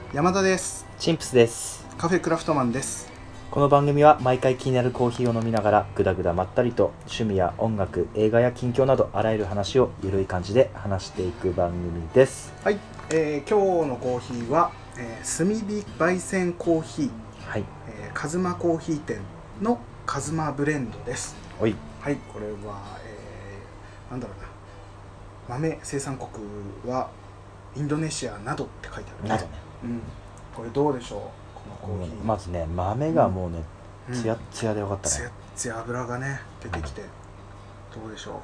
山田です。 チンプスです。 カフェクラフトマンです。 この番組は毎回気になるコーヒーを飲みながらぐだぐだまったりと趣味や音楽、映画や近況などあらゆる話をゆるい感じで話していく番組です。 はい、今日のコーヒーは、炭火焙煎コーヒー、 はい、 カズマコーヒー店のカズマブレンドです。 おい、 はい、これは、なんだろうな、豆生産国はインドネシアなどって書いてあるね。 などね、 これどうでしょう、このコーヒー。 まずね、豆がもうね、ツヤッツヤでよかったね。 ツヤッツヤ油がね出てきて、どうでしょ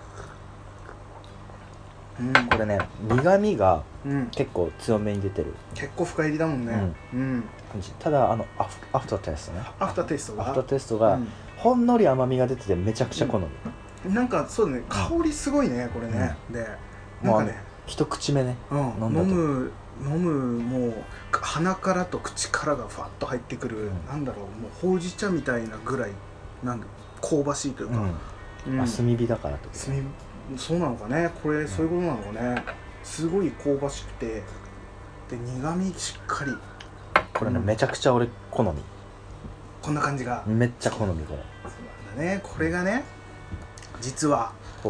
う。 これね、苦味が結構強めに出てる。 結構深入りだもんね。 ただアフターテイストね。 アフターテイストが、 ほんのり甘みが出ててめちゃくちゃ好み。 なんかそうだね、香りすごいねこれね。で、なんかね、 一口目ね、 飲むもう鼻からと口からがファッと入ってくる、なんだろう、もうほうじ茶みたいなぐらいなんだ香ばしいというか、 炭火だからってこと。 そうなのかね、これそういうことなのかね。すごい香ばしくて、で苦味しっかり。 これね、めちゃくちゃ俺好み。 こんな感じがめっちゃ好み。これそうなんだね。これがね、実は、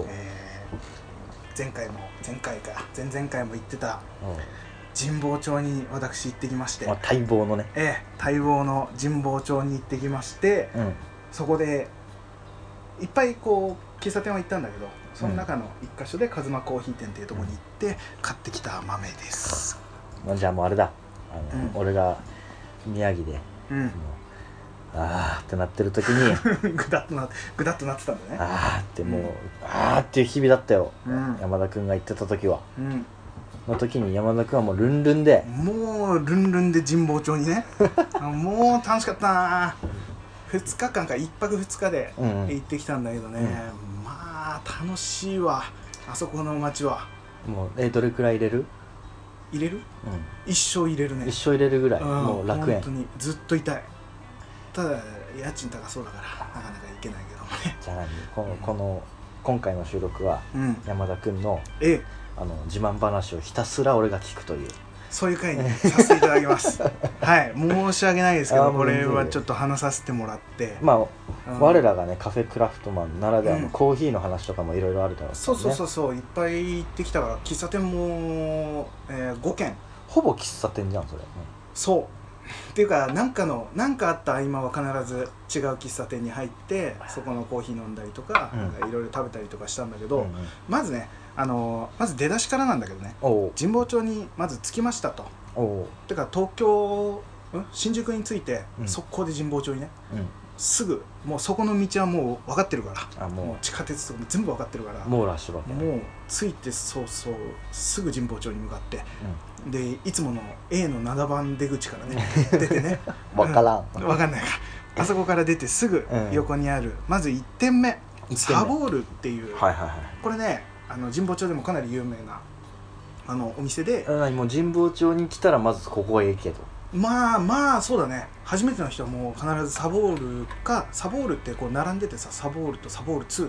前々回も言ってた神保町に私行ってきまして、 待望のね、 待望の神保町に行ってきまして、そこでいっぱいこう喫茶店は行ったんだけど、その中の一箇所でカズマコーヒー店っていうところに行って買ってきた豆です。 じゃあもうあれだ、俺が宮城で、あーってなってる時にグダッとなってたんだね。 あーってもう、あーっていう日々だったよ、山田くんが言ってた時は、の時に山田くんはもうルンルンで神保町にねもう楽しかったな。2日間か1泊2日で行ってきたんだけどね、まあ楽しいわ、あそこの街は。 もうどれくらい入れる？ 一生入れるね。 一生入れるぐらい、もう楽園。 本当にずっといたい。ただ家賃高そうだからなかなか行けないけどもね。 じゃあ今回の収録は、山田くんの自慢話をひたすら俺が聞くという、そういう回にさせていただきますはい、申し訳ないですけど、これはちょっと話させてもらって、 我らがねカフェクラフトマンならではのコーヒーの話とかもいろいろあるだろう、ね、 そういっぱい行ってきたから、喫茶店も、5軒。 ほぼ喫茶店じゃんそれ、 そうっていうか、なんかあった今は必ず違う喫茶店に入って、そこのコーヒー飲んだりとか、いろいろ食べたりとかしたんだけど、まずね、まず出だしからなんだけどね、神保町にまず着きましたと。てか東京新宿に着いて、速攻で神保町にね、すぐもうそこの道はもう分かってるから、もう地下鉄とかも全部分かってるから、 もうラッシュだったね。 もう着いてすぐ神保町に向かって、でいつもの A の7番出口からね出てね分かんないからあそこから出てすぐ横にある、まず1店目サボールっていう、これね、神保町でもかなり有名なお店で、 もう神保町に来たらまずここへ行けと。 まあそうだね。初めての人はもう必ずサボールってこう並んでてさ、サボールとサボール2って、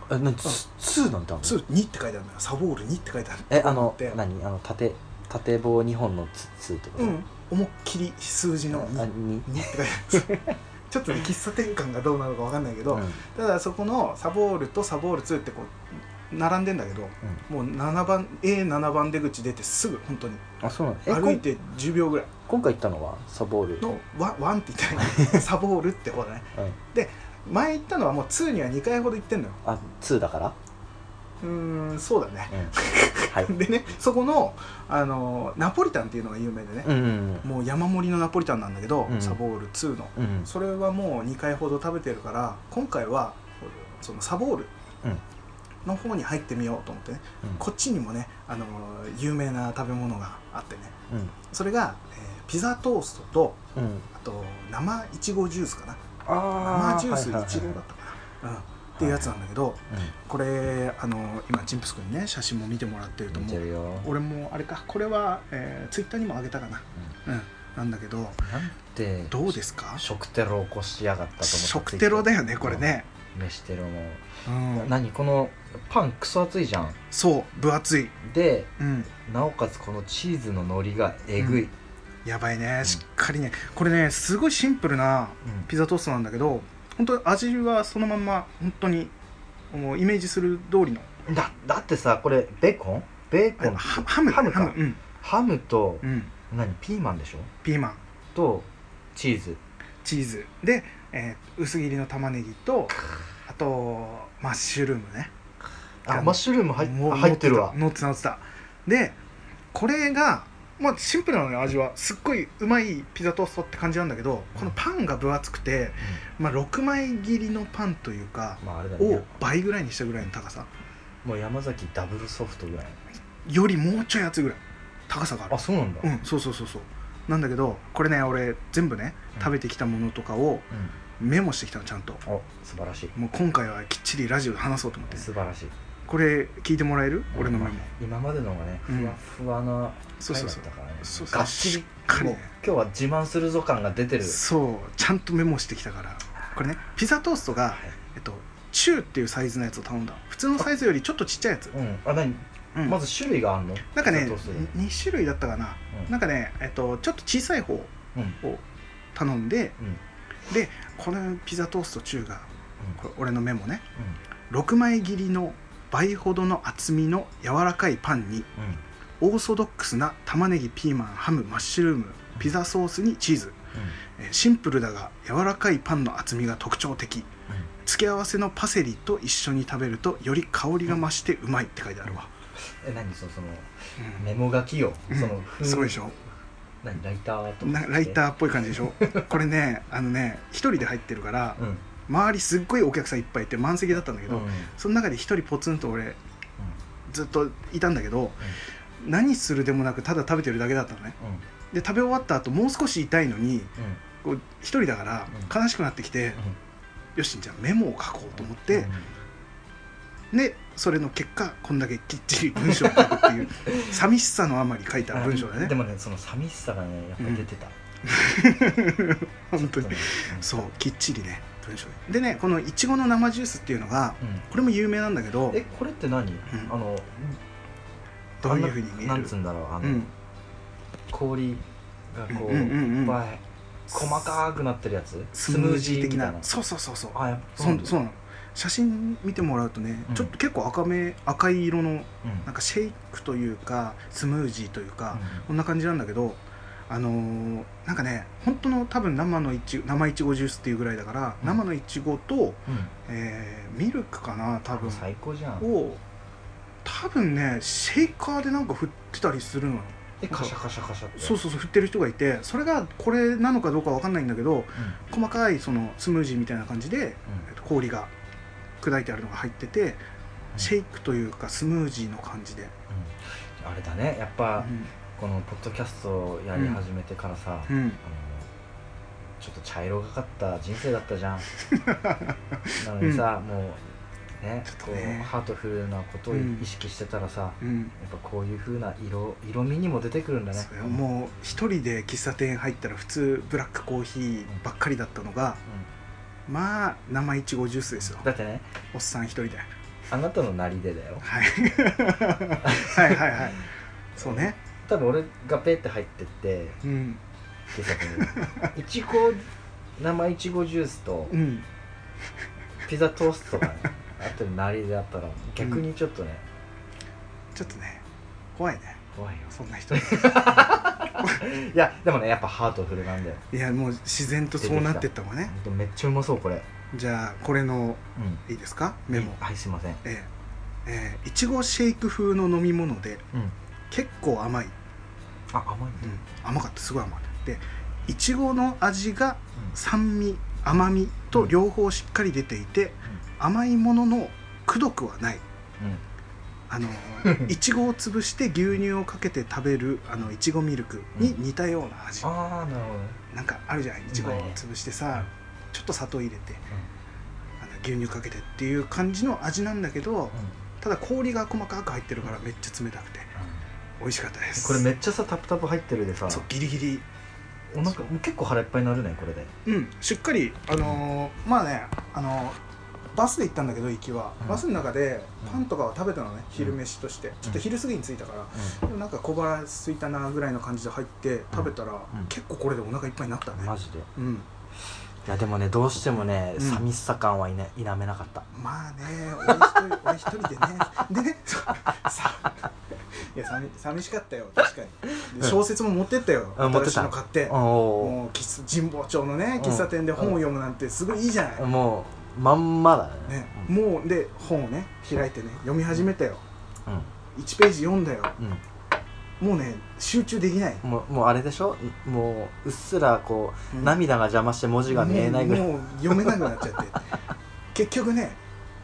2なんてあるの ？2って書いてあるんだよ。サボール2って書いてある。 縦棒2本の2ってこと？ 思いっきり数字の 2って書いてあるちょっとね、喫茶店感がどうなのか分かんないけど、ただそこのサボールとサボール2ってこう並んでんだけど、もう7番出口出てすぐ、本当に歩いて10秒ぐらい。 今回行ったのはサボールの1って言ったらサボールってほらね、で前行ったのはもう2には2回ほど行ってんのよ。 2だからそうだね、でね、そこの、ナポリタンっていうのが有名でね、もう山盛りのナポリタンなんだけど、サボール2の、それはもう2回ほど食べてるから、今回はそのサボールの方に入ってみようと思ってね、こっちにもね、有名な食べ物があってね、それが、ピザトーストと、あと生いちごジュースかな、生ジュースいちごだったかな、っていうやつなんだけど、これ今チンプス君にね写真も見てもらってると思う。俺もあれか、これは、ツイッターにも上げたかな、なんだけど、なんてどうですか？ 食テロ起こしやがったと思って。 食テロだよねこれね。 飯テロも、何このパンクソ厚いじゃん。 そう、分厚いで、なおかつこのチーズの海苔がえぐい。 やばいね、しっかりね。これねすごいシンプルなピザトーストなんだけど、本当味はそのまんま本当にもうイメージする通りの。 だってさ、これベーコンハムか、 ハムと、 何ピーマンでしょ。 ピーマンとチーズで、薄切りの玉ねぎと、あとマッシュルームね。 マッシュルーム入ってるわ。 乗ってた。でこれがまあシンプルなのよ。味はすっごいうまいピザトーストって感じなんだけど、このパンが分厚くて、まあ6枚切りのパンというか、を倍ぐらいにしたぐらいの高さ。 もう山崎ダブルソフトぐらいよりもうちょい厚いぐらい高さがある。 あ、そうなんだ。 そうなんだけど、これね俺全部ね食べてきたものとかをメモしてきたの、ちゃんと。 素晴らしい。 もう今回はきっちりラジオで話そうと思って。 素晴らしい。 これ聞いてもらえる？俺のメモ。 今までのがね、ふわふわな回だったからね。がっちり今日は自慢するぞ感が出てる。 そう、ちゃんとメモしてきたから。これね、ピザトーストが中っていうサイズのやつを頼んだ。普通のサイズよりちょっとちっちゃいやつ。まず種類があるの？ なんかね、2種類だったかな。なんかね、ちょっと小さい方を頼んで、でこのピザトースト中が、これ俺のメモね、6枚切りの倍ほどの厚みの柔らかいパンに、オーソドックスな玉ねぎ、ピーマン、ハム、マッシュルーム、ピザソースにチーズ、シンプルだが柔らかいパンの厚みが特徴的、付け合わせのパセリと一緒に食べるとより香りが増してうまいって書いてあるわ。 何そのメモ書きよ。 すごいでしょ。 ライターとかライターっぽい感じでしょ。これね一人で入ってるから、周りすっごいお客さんいっぱいいて満席だったんだけど、その中で一人ポツンと俺ずっといたんだけど、何するでもなくただ食べてるだけだったのね。で食べ終わった後もう少しいたいのに、こう一人だから悲しくなってきて、よしじゃあメモを書こうと思って、でそれの結果こんだけきっちり文章を書くっていう寂しさのあまり書いた文章だね。 でもね、その寂しさがねやっぱり出てた。 本当にそうきっちりね文章でね。このいちごの生ジュースっていうのが、これも有名なんだけど、 これって何？ どういうふうに見える？ なんつうんだろう、氷がこういっぱい細かくなってるやつ、 スムージー的な。そうそうなの。写真見てもらうとね、ちょっと結構赤い色のなんかシェイクというかスムージーというか、こんな感じなんだけど、なんかね本当の多分生いちごジュースっていうぐらいだから、生のいちごとミルクかな多分最高じゃん。 を多分ねシェイカーでなんか振ってたりするのよ。 カシャカシャカシャって。 そう振ってる人がいて、それがこれなのかどうかわかんないんだけど、細かいそのスムージーみたいな感じで氷が砕いてあるのが入ってて、シェイクというかスムージーの感じで、 あれだねやっぱ、このポッドキャストをやり始めてからさ、ちょっと茶色がかった人生だったじゃん。なのにさ、もうねこうハートフルなことを意識してたらさ、やっぱこういう風な色味にも出てくるんだね。 もう一人で喫茶店入ったら普通ブラックコーヒーばっかりだったのが、まあ生いちごジュースですよ。 だってね、 おっさん一人で。 あなたのなりでだよ。 はいはいそうね。 多分俺がペって入ってって、喫茶店にいちご生いちごジュースとピザトーストがねあとなりであったら逆にちょっとね、 ちょっとね怖いね。 怖いよそんな人。いやでもねやっぱハートフルなんだよ。 いやもう自然とそうなってったもんね。 めっちゃうまそうこれ。 じゃあこれの、いいですかメモ。 はいすいません。 いちごシェイク風の飲み物で、結構甘い。 甘い、 甘かった。すごい甘かった。でいちごの味が酸味甘みと両方しっかり出ていて、甘いもののくどくはない。いちごを潰して牛乳をかけて食べるいちごミルクに似たような味。 なるほどね。 なんかあるじゃん、いちごを潰してさ、ちょっと砂糖入れて、牛乳かけてっていう感じの味なんだけど、ただ氷が細かく入ってるからめっちゃ冷たくて美味しかったです。 これめっちゃさタプタプ入ってるでさ、 そうギリギリお腹もう結構腹いっぱいになるねこれで。 しっかりまあねバスで行ったんだけど行きは、バスの中でパンとかは食べたのね、昼飯として、ちょっと昼過ぎに着いたから、でもなんか小腹空いたなぐらいの感じで入って食べたら、結構これでお腹いっぱいになったね。 マジで。いやでもね、どうしてもね、寂しさ感は否めなかった。 まあね、俺一人でねでねいや寂しかったよ、確かに。小説も持ってったよ、新しいの買って。もう神保町のね喫茶店で本を読むなんてすごいいいじゃない。 もうまんまだね。 もうで本をね開いてね読み始めたよ。1ページ読んだよ。もうね集中できない。 もうあれでしょ、もううっすらこう、涙が邪魔して文字が見えないぐらい、 もう読めなくなっちゃって結局ね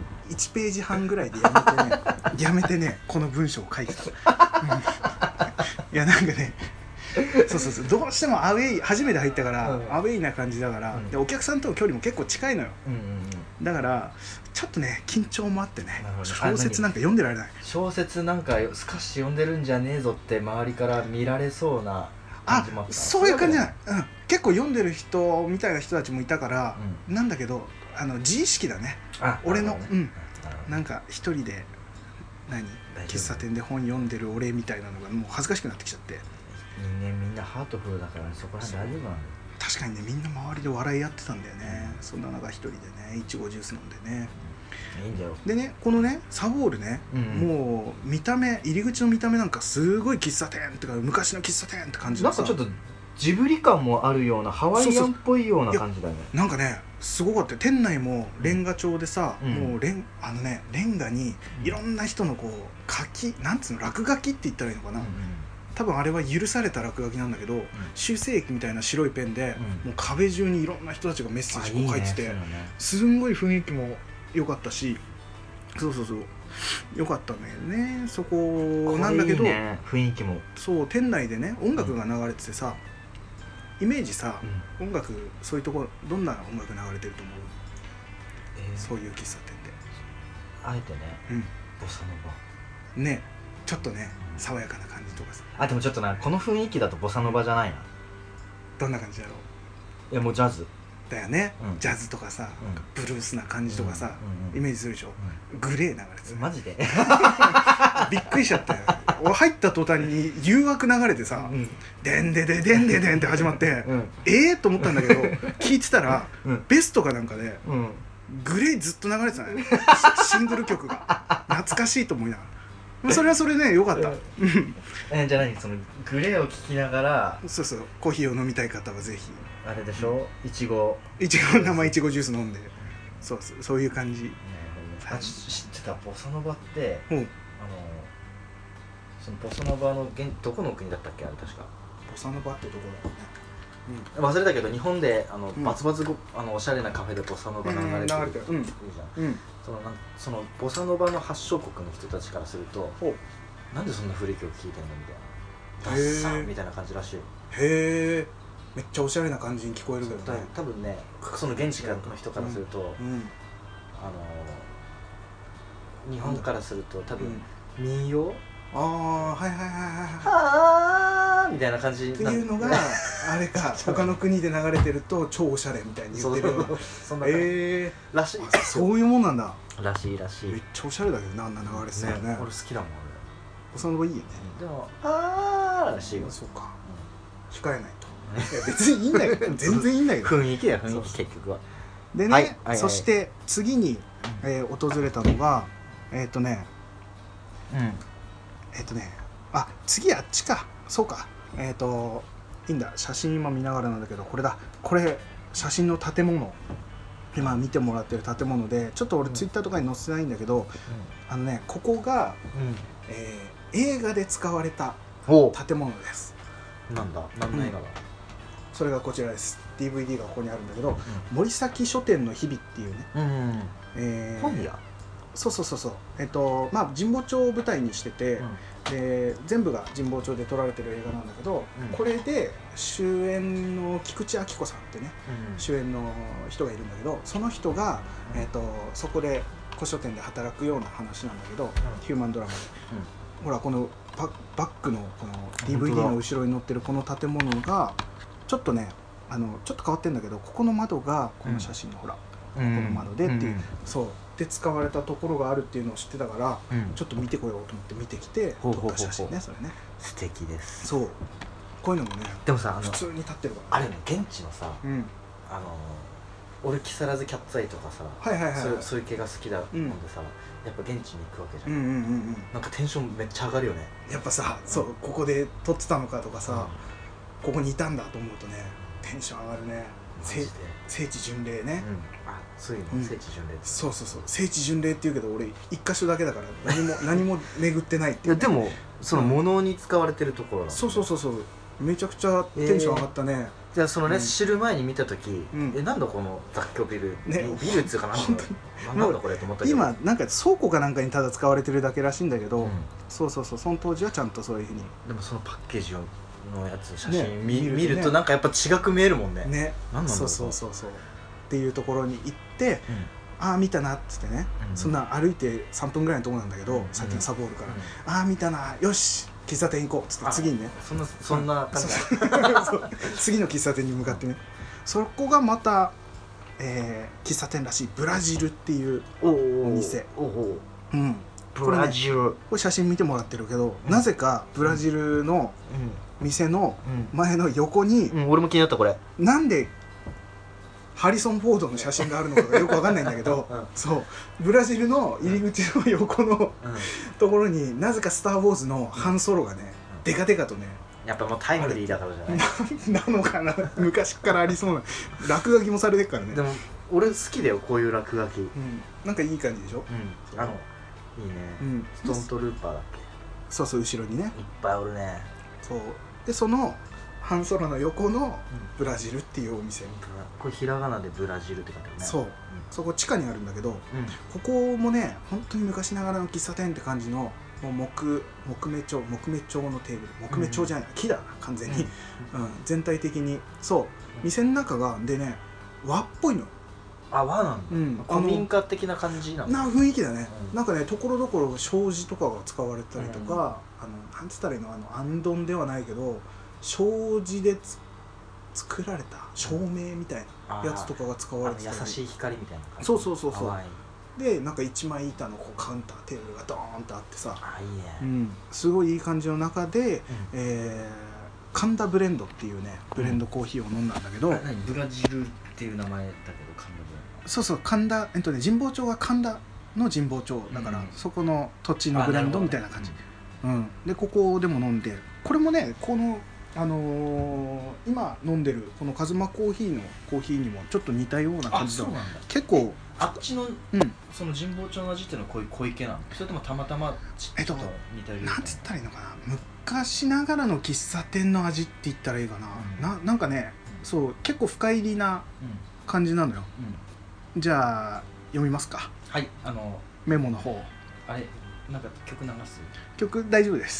1ページ半ぐらいでやめてねこの文章を書いてたいやなんかねそうどうしてもアウェイ初めて入ったから、アウェイな感じだから、でお客さんとの距離も結構近いのよ、だからちょっとね緊張もあってね、小説なんか読んでられない。 小説なんかスカッシュ読んでるんじゃねえぞって周りから見られそうな感じもあった。 そういう感じじゃない、結構読んでる人みたいな人たちもいたから、なんだけど自意識だね、俺の、なんか一人で喫茶店で本読んでる俺みたいなのがもう恥ずかしくなってきちゃって。 みんなハートフルだから、そこら辺大丈夫なんだよ。 確かにね、みんな周りで笑い合ってたんだよね。そんな中一人でねいちごジュース飲んでね、 いいんだよ。 でねこのねサボールね、もう見た目入り口の見た目なんかすごい喫茶店ってか昔の喫茶店って感じでさ、 なんかちょっとジブリ感もあるようなハワイアンっぽいような感じだね。 なんかねすごかったよ。店内もレンガ調でさ、もうレンガにいろんな人のこうなんつうの落書きって言ったらいいのかな、多分あれは許された落書きなんだけど、修正液みたいな白いペンで、もう壁中にいろんな人たちがメッセージを書いてて、すんごい雰囲気も良かったし、そう良かったんだけどね。そこなんだけど、 雰囲気もそう店内でね音楽が流れててさ、イメージさ、音楽そういうところどんな音楽流れてると思う？そういう喫茶店であえてね、ボサノバね、ちょっとね爽やかな感じとかさ。 でもちょっとな、この雰囲気だとボサノバじゃないな。 どんな感じだろう？ いやもうジャズだよね、ジャズとかさ、ブルースな感じとかさ、イメージするでしょ。グレー流れてる。 マジでびっくりしちゃったよ。俺入った途端に誘惑流れてさ、でんでででんででんって始まって、と思ったんだけど聞いてたら、ベストかなんかでグレーずっと流れてたね、シングル曲が懐かしいと思いながら。それはそれね良かった。 じゃあ何、そのグレーを聴きながら、 そうコーヒーを飲みたい方はぜひあれでしょ、いちご生いちごジュース飲んで、そういう感じ。 知ってた？ボサノバって、そのボサノバのどこの国だったっけ、あれ確か。 ボサノバってどこだろうね、忘れたけど、日本でバツバツおしゃれなカフェでボサノバ流れてるじゃん。そのボサノバの発祥国の人たちからすると、なんでそんな古い曲聴いてんのみたいな、ダッサンみたいな感じらしいよ。 へえ、めっちゃおしゃれな感じに聞こえるけどね。 多分ね、その現地の人からすると、日本からすると多分民謡、はーみたいな感じっていうのがあれか他の国で流れてると超おしゃれみたいに言ってるような。 そんな感じらしい。 そういうもんなんだ。 らしい。 めっちゃおしゃれだけどな、あんな流れてたよね。 俺好きだもん。 ボサノバいいよね。 でもらしいよ。 そうか、控えないと。別にいいんだけど全然いいんだけど、 雰囲気だよ、雰囲気。結局はでね、そして次に訪れたのが次あっちか。そうか、いいんだ、写真今見ながらなんだけど、これ写真の建物、今見てもらってる建物で、ちょっと俺ツイッターとかに載せてないんだけど、ここが映画で使われた建物です。 なんだ、何の映画だ？ それがこちらです。 DVD がここにあるんだけど、森崎書店の日々っていうね、 本屋。 そう神保町を舞台にしてて、で全部が神保町で撮られてる映画なんだけど、これで主演の菊池亜希子さんってね、主演の人がいるんだけど、その人が、そこで古書店で働くような話なんだけど、ヒューマンドラマで、ほらこのバックのこの DVD の後ろに載ってるこの建物がちょっとねちょっと変わってんだけど、ここの窓がこの写真のほらこの窓でっていう、そうで使われたところがあるっていうのを知ってたから、ちょっと見てこようと思って見てきて撮った写真ね。それね素敵です。 そうこういうのもね、 でもさ普通に立ってるから、 あれね、現地のさ、俺木更津キャッツアイとかさ、そういう系が好きだもんでさ、やっぱ現地に行くわけじゃん。なんかテンションめっちゃ上がるよね。やっぱさ、そうここで撮ってたのかとかさ、ここにいたんだと思うとねテンション上がるね。聖地巡礼ね。 あ、そういうの聖地巡礼。 そう聖地巡礼っていうけど俺一箇所だけだから何も巡ってないっていう。 いやでもその物に使われてるところだ。 そうめちゃくちゃテンション上がったね。 じゃあそのね、知る前に見た時、なんだこの雑居ビル、ビルっつうかなんだこれと思ったけど、 今なんか倉庫かなんかにただ使われてるだけらしいんだけど、そうその当時はちゃんとそういうふうに。 でもそのパッケージのやつ写真見るとなんかやっぱ違く見えるもんね。 なんなんだろう。そうっていうところに行って、ああ見たなっつってね、そんな歩いて3分ぐらいのとこなんだけど、さっきのサボールから、ああ見たな、よし喫茶店行こうっつって次にね、 そんな感じ次の喫茶店に向かってね、そこがまた喫茶店らしいブラジルっていうお店。 ブラジル、 これ写真見てもらってるけど、なぜかブラジルの店の前の横に、 俺も気になったこれ、 なんでハリソン・フォードの写真があるのかがよくわかんないんだけど、そうブラジルの入り口の横のところになぜか「スター・ウォーズ」のハンソロがね、デカデカとね、 やっぱもうタイムリーだからじゃないなのかな、昔からありそうな落書きもされてるからね。 でも俺好きだよこういう落書き。 なんかいい感じでしょ。 いいね。ストーントルーパーだっけ。 そう後ろにねいっぱいおるね。 そうでそのハンソロの横のブラジルっていうお店、 これひらがなでブラジルって書いてあるね。 そう、そこ地下にあるんだけど、ここもね本当に昔ながらの喫茶店って感じの、もう木目調のテーブル、木目調じゃない、木だな完全に、全体的に。そう店の中がでね和っぽいの。 和なんだ。古民家的な感じな雰囲気だね。なんかねところどころ障子とかが使われたりとか、なんつったらいいの、あんどんではないけど障子で作られた照明みたいなやつとかが使われてたり、 優しい光みたいな感じ。 そうでなんか一枚板のカウンターテーブルがドーンとあってさ、 いいね。 すごいいい感じの中で、神田ブレンドっていうねブレンドコーヒーを飲んだんだけど、 ブラジルっていう名前だけど神田ブレンド。 そう神田神保町が神田の神保町だから、そこの土地のブレンドみたいな感じ。でここでも飲んで、これもねこの今飲んでるこのカズマコーヒーのコーヒーにもちょっと似たような感じだ。結構あっちのその神保町の味っていうのはこういう濃い系なの？それともたまたまちょっと似たような。 なんつったらいいのかな、昔ながらの喫茶店の味って言ったらいいかな。なんかね、そう結構深入りな感じなのよ。じゃあ読みますか。 はい、 メモの方。 あれなんか曲流す？ 曲大丈夫です。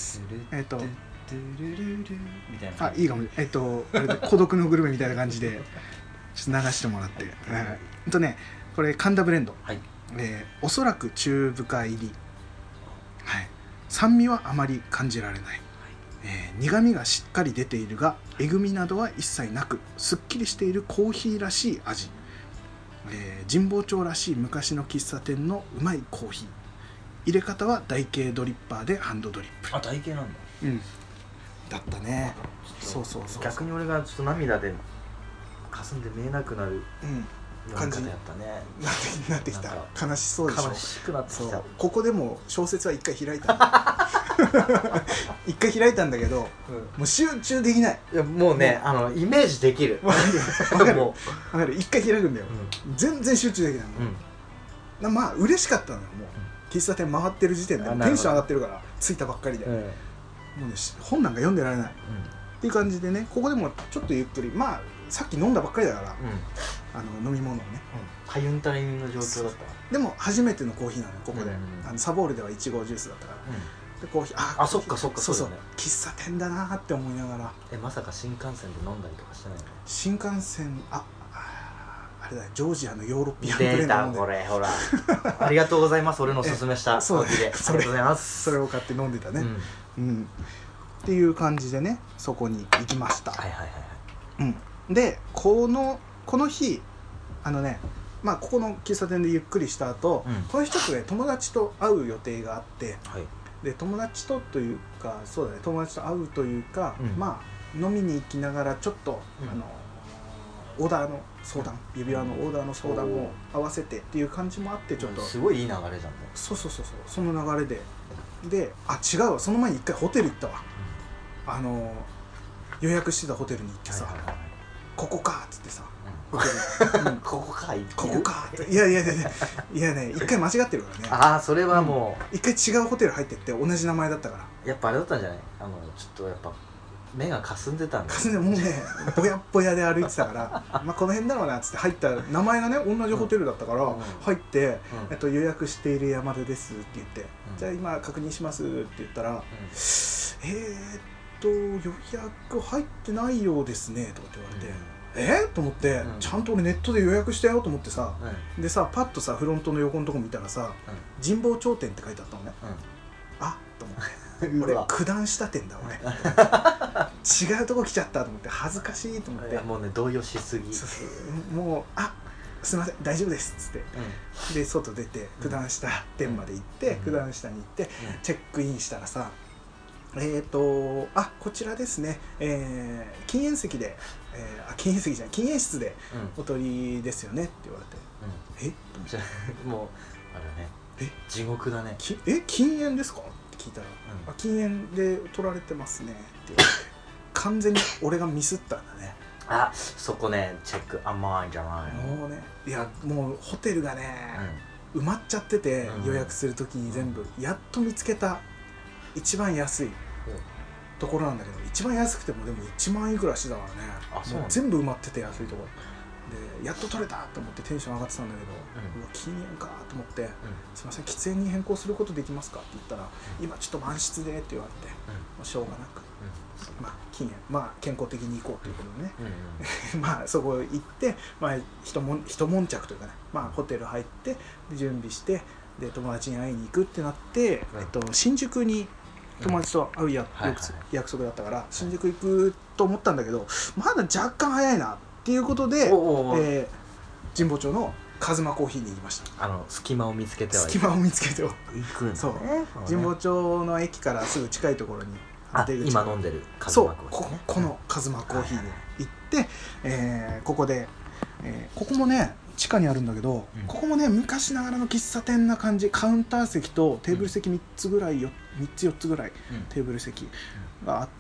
みたいな。 いいかも。あれで孤独のグルメみたいな感じでちょっと流してもらって。これ神田ブレンド。おそらく中深入り。酸味はあまり感じられない。苦味がしっかり出ているがえぐみなどは一切なく、すっきりしているコーヒーらしい味。神保町らしい昔の喫茶店のうまいコーヒー。入れ方は台形ドリッパーでハンドドリップ。 台形なんだ。 だったね。そう逆に俺がちょっと涙で霞んで見えなくなる感じやったね。 なってきた。悲しそうでしょ。 悲しくなってきた。 ここでも小説は一回開いた一回開いたんだけど、もう集中できない。 いやもうね、イメージできる。 わかる。一回開くんだよ。全然集中できない。まあ嬉しかったのよ。もう喫茶店回ってる時点でテンション上がってるから、着いたばっかりで、もうね本なんか読んでられない、っていう感じでね、ここでもちょっとゆっくり、まあさっき飲んだばっかりだから、飲み物をね、 かゆんたらゆんの状況だった。 でも初めてのコーヒーなのよここで。サボールではイチゴジュースだったから、でコーヒー、 そっかそう喫茶店だなって思いながら。 まさか新幹線で飲んだりとかしてないの？ 新幹線、あれだよ、ジョージアのヨーロピアンブレンド。出たこれ、ほらありがとうございます。俺のおすすめしたコーヒーでありがとうございます。 それを買って飲んでたね。っていう感じでね、そこに行きました。でこの日まあここの喫茶店でゆっくりした後、この一つね友達と会う予定があって、で友達とというかそうだね友達と会うというか、まあ飲みに行きながらちょっと、オーダーの相談、指輪のオーダーの相談も合わせてっていう感じもあって、ちょっとすごいいい流れじゃんね。 そうその流れで違うわ、その前に一回ホテル行ったわ、予約してたホテルに行ってさ、ここかっつってさ、ホテルここかここかっていやね一回間違ってるからね。 ああそれはもう一回違うホテル入ってって同じ名前だったから、 やっぱあれだったんじゃない？ちょっとやっぱ目が霞んでたんだ。 霞んでもうねぼやっぼやで歩いてたからまあこの辺だろうなっつって入ったら、名前がね同じホテルだったから入って、予約している山田ですって言って、じゃあ今確認しますって言ったら、予約入ってないようですねとかって言われて、と思って、ちゃんと俺ネットで予約したよと思ってさ、でさパッとさフロントの横のとこ見たらさ、神保町店って書いてあったのね、あっと思って俺九段下店だ俺違うとこ来ちゃったと思って、恥ずかしいと思って、 もうね動揺しすぎ、 もうすいません大丈夫ですっつって、で外出て九段下店まで行って、九段下に行ってチェックインしたらさ、こちらですね、禁煙席で、禁煙席じゃない禁煙室でお取りですよねって言われて、 じゃもうあれね、地獄だね。 禁煙ですかって聞いたら、禁煙で取られてますねって言われて、完全に俺がミスったんだね。 そこねチェック甘いんじゃないの？ もうね、いやもうホテルがね、埋まっちゃってて、予約するときに全部、やっと見つけた一番安いところなんだけど、一番安くてもでも1万いくらしてたからね、もう全部埋まってて安いところで、やっと取れたと思ってテンション上がってたんだけど、禁煙かと思って、すいません喫煙に変更することできますかって言ったら、今ちょっと満室でって言われて、しょうがなく、禁煙健康的に行こうということでね、そこ行って、一悶着というかね、ホテル入ってで準備して、で友達に会いに行くってなって、新宿に友達と会う約束だったから、新宿行くと思ったんだけど、まだ若干早いなっていうことで、神保町のカズマコーヒーに行きました。 隙間を見つけては行くんだね。 そう神保町の駅からすぐ近いところに今飲んでるカズマコーヒー、 そうこのカズマコーヒーに行って、ここで、ここもね地下にあるんだけど、ここもね昔ながらの喫茶店な感じ、カウンター席とテーブル席3つぐらい3つ4つぐらいテーブル席があって、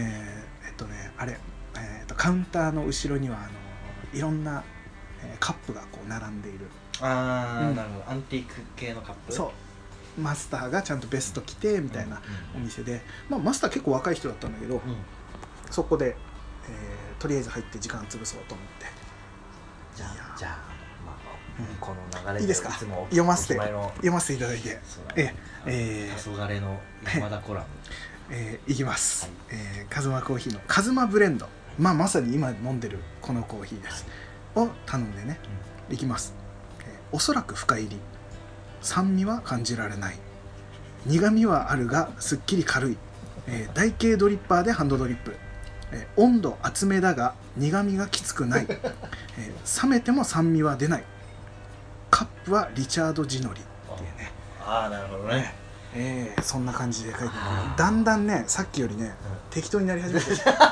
カウンターの後ろにはいろんなカップがこう並んでいる、 なるほど、アンティーク系のカップ、 そうマスターがちゃんとベスト着てみたいなお店で、マスター結構若い人だったんだけど、そこで、とりあえず入って時間潰そうと思って、 じゃあこの流れでいいですか、読ませていただいて、 黄昏の山田コラム、 いきます、カズマコーヒーのカズマブレンド、まさに今飲んでるこのコーヒーです、を頼んでね、いきます、おそらく深入り、酸味は感じられない、苦味はあるがすっきり軽い、台形ドリッパーでハンドドリップ、温度厚めだが苦味がきつくない、冷めても酸味は出ない、カップはリチャード地のりっていうね、 なるほどね、 そんな感じで書いてある。だんだんねさっきよりね、適当になり始めて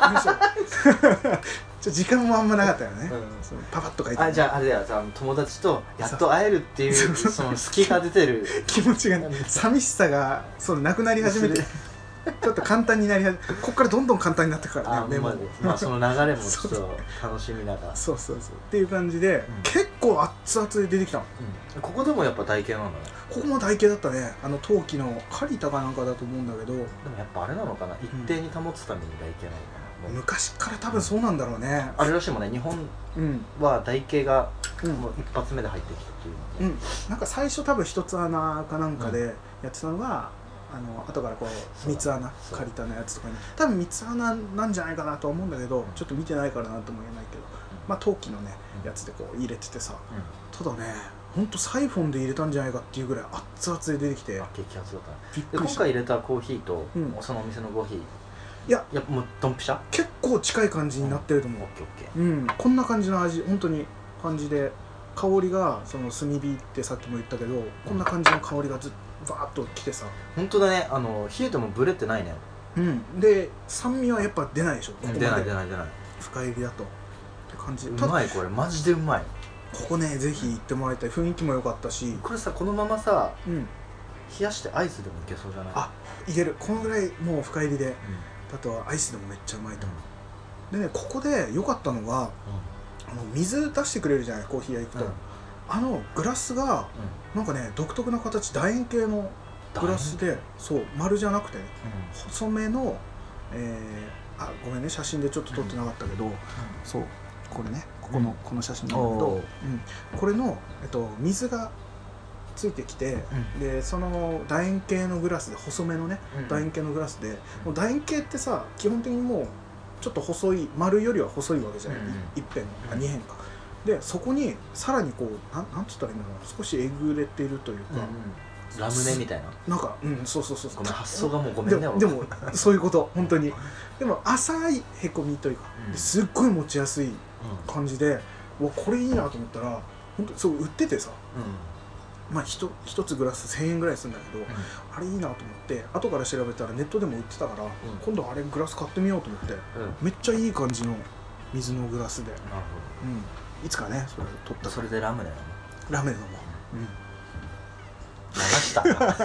時間もあんまなかったよね、パパッと書いてある。 じゃああれだよ、友達とやっと会えるっていうその隙が出てる気持ちがね、寂しさがなくなり始めてちょっと簡単になり始めて、ここからどんどん簡単になってくからね、メモその流れもちょっと楽しみながらそうっていう感じで、結構熱々で出てきたの。 ここでもやっぱ台形なんだね。 ここも台形だったね。陶器のカリタかなんかだと思うんだけど、でもやっぱあれなのかな、一定に保つために台形なのかな。 昔から多分そうなんだろうね。 あれらしいもんね、日本は台形がもう一発目で入ってきたっていうので、 なんか最初多分一つ穴かなんかでやってたのが、後からこう三つ穴カリタのやつとかに多分三つ穴なんじゃないかなとは思うんだけど、ちょっと見てないからなんとも言えないけど、陶器のねやつでこう入れててさ、ただねほんとサイフォンで入れたんじゃないかっていうぐらい熱々で出てきて、 激熱だったね。今回入れたコーヒーとそのお店のコーヒー、いやもうドンピシャ結構近い感じになってると思う。こんな感じの味、本当に感じで香りがその炭火ってさっきも言ったけど、こんな感じの香りがバーッときてさ、 本当だね。冷えてもブレてないね。 で酸味はやっぱ出ないでしょ。ここまで出ない深入りだとって感じ。 うまい、これマジでうまい。 ここねぜひ行ってもらいたい。雰囲気も良かったし、 これさ、このままさ、冷やしてアイスでもいけそうじゃない？ あ、いける。このぐらいもう深入りで、あとはアイスでもめっちゃうまいと思う。でね、ここで良かったのが、水出してくれるじゃない、コーヒー屋行くと。グラスがなんかね独特な形、楕円形のグラスで、そう丸じゃなくてね、細めの、ごめんね、写真でちょっと撮ってなかったけど、そうこれね、この写真なんだけど、これの、水がついてきて、でその楕円形のグラスで、細めのね楕円形のグラスで、もう楕円形ってさ基本的にもうちょっと細い、丸よりは細いわけじゃない、一辺か二辺かで、そこにさらにこうなんつったらいいんだろう、少しえぐれているというか、 ラムネみたいな、 なんかそうごめん、発想がもうごめんね。 でもそういうこと本当に。でも浅いへこみというか、すっごい持ちやすい感じで、わこれいいなと思ったら、本当そう売っててさ、まあ一つグラス1000円ぐらいするんだけど、あれいいなと思って後から調べたらネットでも売ってたから、今度あれグラス買ってみようと思って、めっちゃいい感じの水のグラスで、なるほど、いつかねそれ取った。 それでラムネなの？ ラムネ飲もう。 流した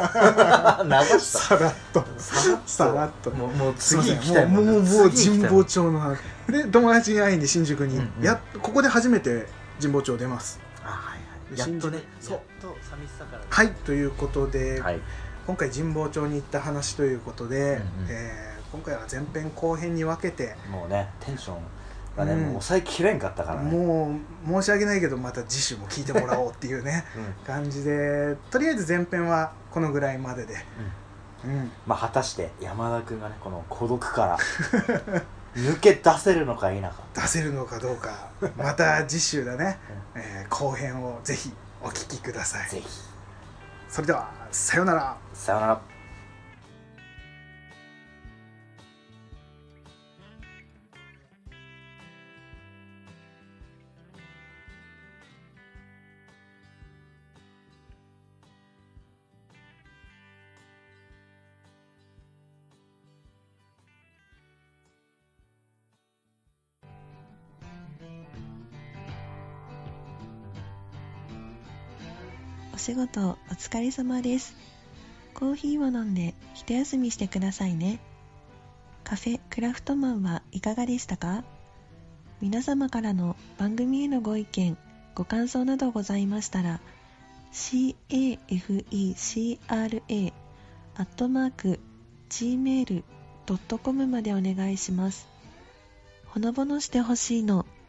さらっともう次行きたいもう神保町ので友達に会いに新宿に、ここで初めて神保町出ます。 やっとね、そうと寂しさから。 はい、ということで、今回神保町に行った話ということで、今回は前編後編に分けて、 もうねテンションがね、もう抑えきれんかったからね。もう申し訳ないけど、また次週も聞いてもらおうっていうね感じで、とりあえず前編はこのぐらいまでで、 まあ果たして山田君がねこの孤独から抜け出せるのか否か、 出せるのかどうか、また次週だね、後編をぜひお聞きください。 ぜひ。 それではさようなら。 さようなら。 お仕事お疲れ様です。コーヒーを飲んで一休みしてくださいね。カフェクラフトマンはいかがでしたか？皆様からの番組へのご意見、ご感想などございましたら cafecra@gmail.com までお願いします。ほのぼのしてほしいの